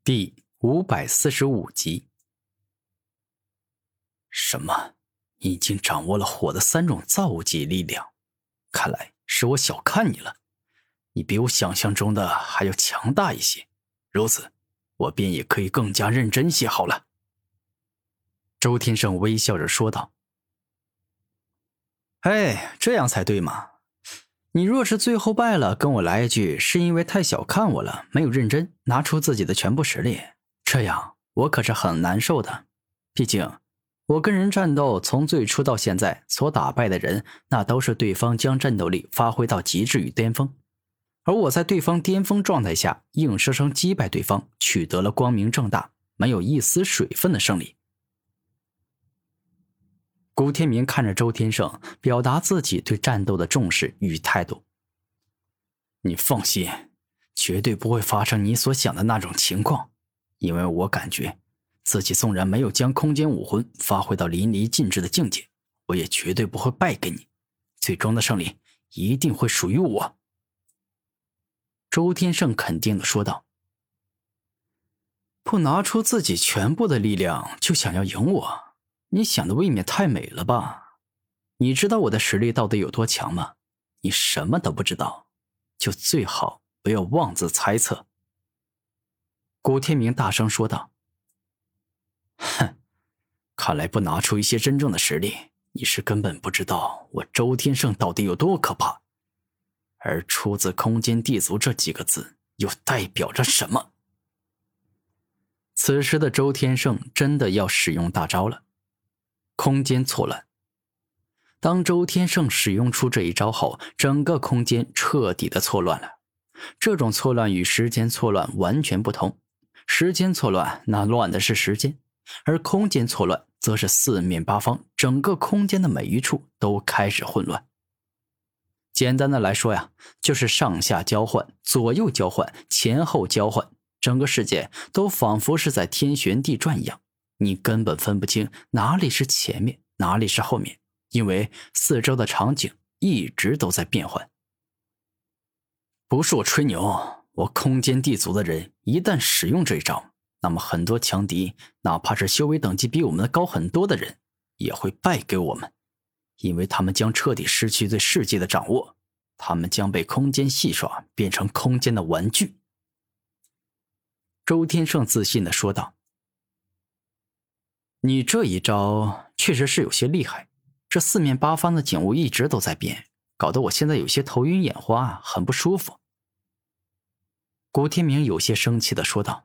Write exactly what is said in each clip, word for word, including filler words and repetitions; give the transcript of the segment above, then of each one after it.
第五百四十五集。什么？你已经掌握了火的三种造物级力量？看来是我小看你了，你比我想象中的还要强大一些，如此，我便也可以更加认真些好了。周天胜微笑着说道。哎，这样才对嘛。你若是最后败了，跟我来一句是因为太小看我了，没有认真拿出自己的全部实力，这样我可是很难受的。毕竟我跟人战斗，从最初到现在所打败的人，那都是对方将战斗力发挥到极致与巅峰，而我在对方巅峰状态下硬生生击败对方，取得了光明正大没有一丝水分的胜利。古天明看着周天胜，表达自己对战斗的重视与态度。你放心，绝对不会发生你所想的那种情况，因为我感觉自己纵然没有将空间武魂发挥到淋漓尽致的境界，我也绝对不会败给你，最终的胜利一定会属于我。周天胜肯定地说道。不拿出自己全部的力量就想要赢我，你想的未免太美了吧？你知道我的实力到底有多强吗？你什么都不知道，就最好不要妄自猜测。古天明大声说道。哼，看来不拿出一些真正的实力，你是根本不知道我周天胜到底有多可怕。而出自空间地族这几个字又代表着什么？此时的周天胜真的要使用大招了。空间错乱。当周天胜使用出这一招后，整个空间彻底的错乱了。这种错乱与时间错乱完全不同，时间错乱那乱的是时间，而空间错乱则是四面八方，整个空间的每一处都开始混乱。简单的来说呀，就是上下交换，左右交换，前后交换，整个世界都仿佛是在天旋地转一样，你根本分不清哪里是前面，哪里是后面，因为四周的场景一直都在变换。不是我吹牛，我空间地族的人一旦使用这一招，那么很多强敌，哪怕是修为等级比我们高很多的人，也会败给我们，因为他们将彻底失去对世界的掌握，他们将被空间戏耍，变成空间的玩具。周天胜自信地说道。你这一招确实是有些厉害，这四面八方的景物一直都在变，搞得我现在有些头晕眼花，很不舒服。古天明有些生气地说道。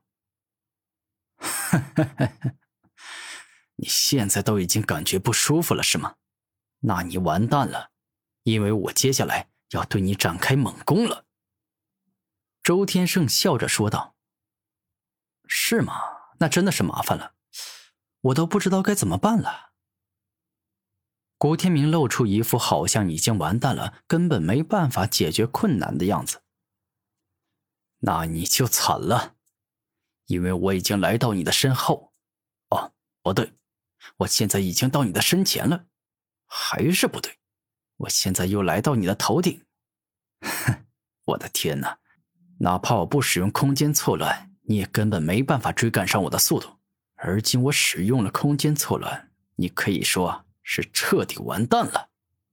你现在都已经感觉不舒服了是吗？那你完蛋了，因为我接下来要对你展开猛攻了。周天胜笑着说道。是吗？那真的是麻烦了，我都不知道该怎么办了。古天明露出一副好像已经完蛋了，根本没办法解决困难的样子。那你就惨了，因为我已经来到你的身后。哦，不对，我现在已经到你的身前了。还是不对，我现在又来到你的头顶。哼，我的天哪，哪怕我不使用空间错乱，你也根本没办法追赶上我的速度。而今我使用了空间错乱，你可以说是彻底完蛋了。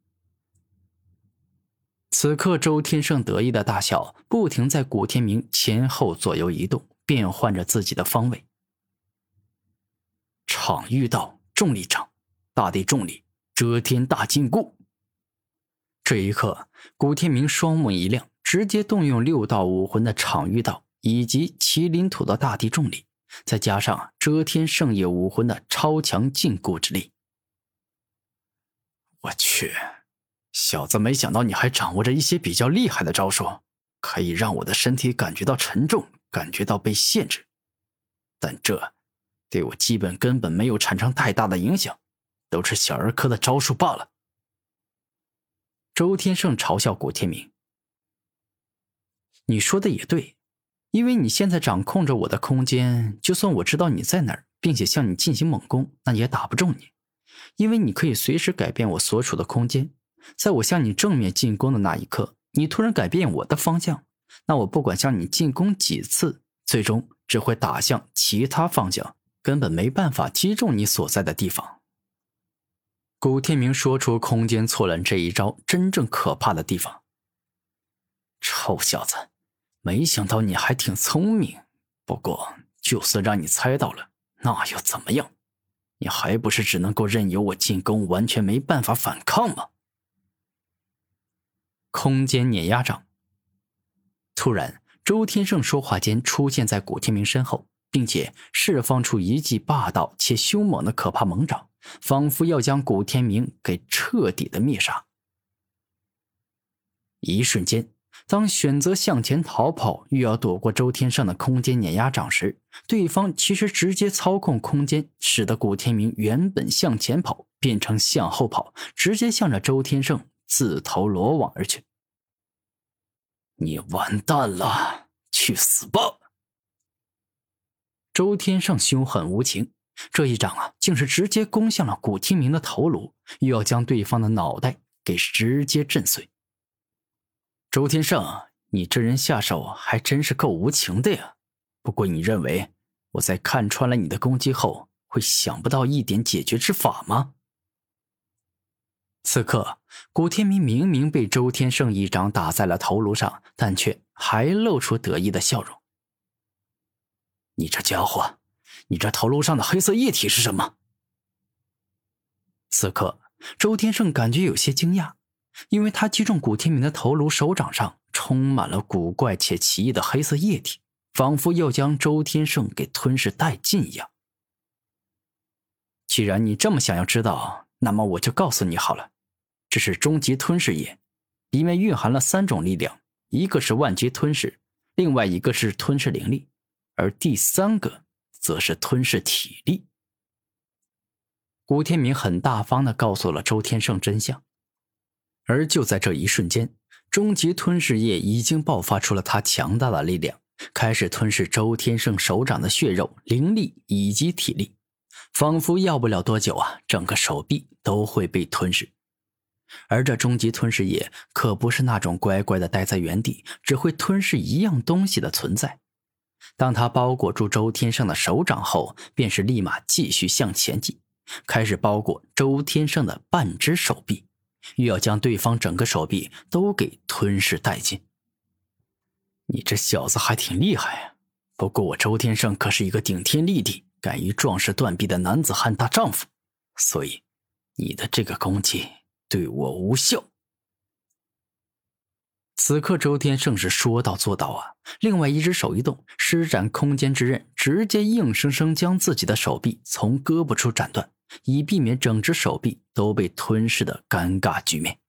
此刻周天胜得意的大笑，不停在古天明前后左右移动，变换着自己的方位。场域道重力场，大地重力遮天大禁锢。这一刻，古天明双目一亮，直接动用六道武魂的场域道以及麒麟土的大地重力，再加上遮天圣夜武魂的超强禁锢之力。我去，小子，没想到你还掌握着一些比较厉害的招数，可以让我的身体感觉到沉重，感觉到被限制。但这对我基本根本没有产生太大的影响，都是小儿科的招数罢了。周天胜嘲笑古天明。你说的也对，因为你现在掌控着我的空间，就算我知道你在哪儿，并且向你进行猛攻，那也打不中你，因为你可以随时改变我所处的空间。在我向你正面进攻的那一刻，你突然改变我的方向，那我不管向你进攻几次，最终只会打向其他方向，根本没办法击中你所在的地方。古天明说出空间错乱这一招真正可怕的地方。臭小子，没想到你还挺聪明，不过就算让你猜到了，那又怎么样？你还不是只能够任由我进攻，完全没办法反抗吗？空间碾压掌。突然，周天胜说话间出现在古天明身后，并且释放出一记霸道且凶猛的可怕猛掌，仿佛要将古天明给彻底的灭杀。一瞬间，当选择向前逃跑又要躲过周天胜的空间碾压掌时，对方其实直接操控空间，使得古天明原本向前跑变成向后跑，直接向着周天胜自投罗网而去。你完蛋了，去死吧！周天胜凶狠无情，这一掌啊，竟是直接攻向了古天明的头颅，又要将对方的脑袋给直接震碎。周天胜，你这人下手还真是够无情的呀。不过你认为我在看穿了你的攻击后，会想不到一点解决之法吗？此刻，古天明明明被周天胜一掌打在了头颅上，但却还露出得意的笑容。你这家伙，你这头颅上的黑色液体是什么？此刻，周天胜感觉有些惊讶，因为他击中古天明的头颅手掌上充满了古怪且奇异的黑色液体，仿佛要将周天胜给吞噬殆尽一样。既然你这么想要知道，那么我就告诉你好了，这是终极吞噬液，里面蕴含了三种力量，一个是万劫吞噬，另外一个是吞噬灵力，而第三个则是吞噬体力。古天明很大方地告诉了周天胜真相，而就在这一瞬间，终极吞噬液已经爆发出了他强大的力量，开始吞噬周天胜手掌的血肉、灵力以及体力，仿佛要不了多久啊，整个手臂都会被吞噬。而这终极吞噬液可不是那种乖乖的待在原地，只会吞噬一样东西的存在。当它包裹住周天胜的手掌后，便是立马继续向前进，开始包裹周天胜的半只手臂，又要将对方整个手臂都给吞噬殆尽。你这小子还挺厉害啊，不过我周天胜可是一个顶天立地、敢于壮士断臂的男子汉大丈夫，所以你的这个攻击对我无效。此刻周天胜是说到做到啊，另外一只手一动，施展空间之刃，直接硬生生将自己的手臂从胳膊处斩断，以避免整只手臂都被吞噬的尴尬局面。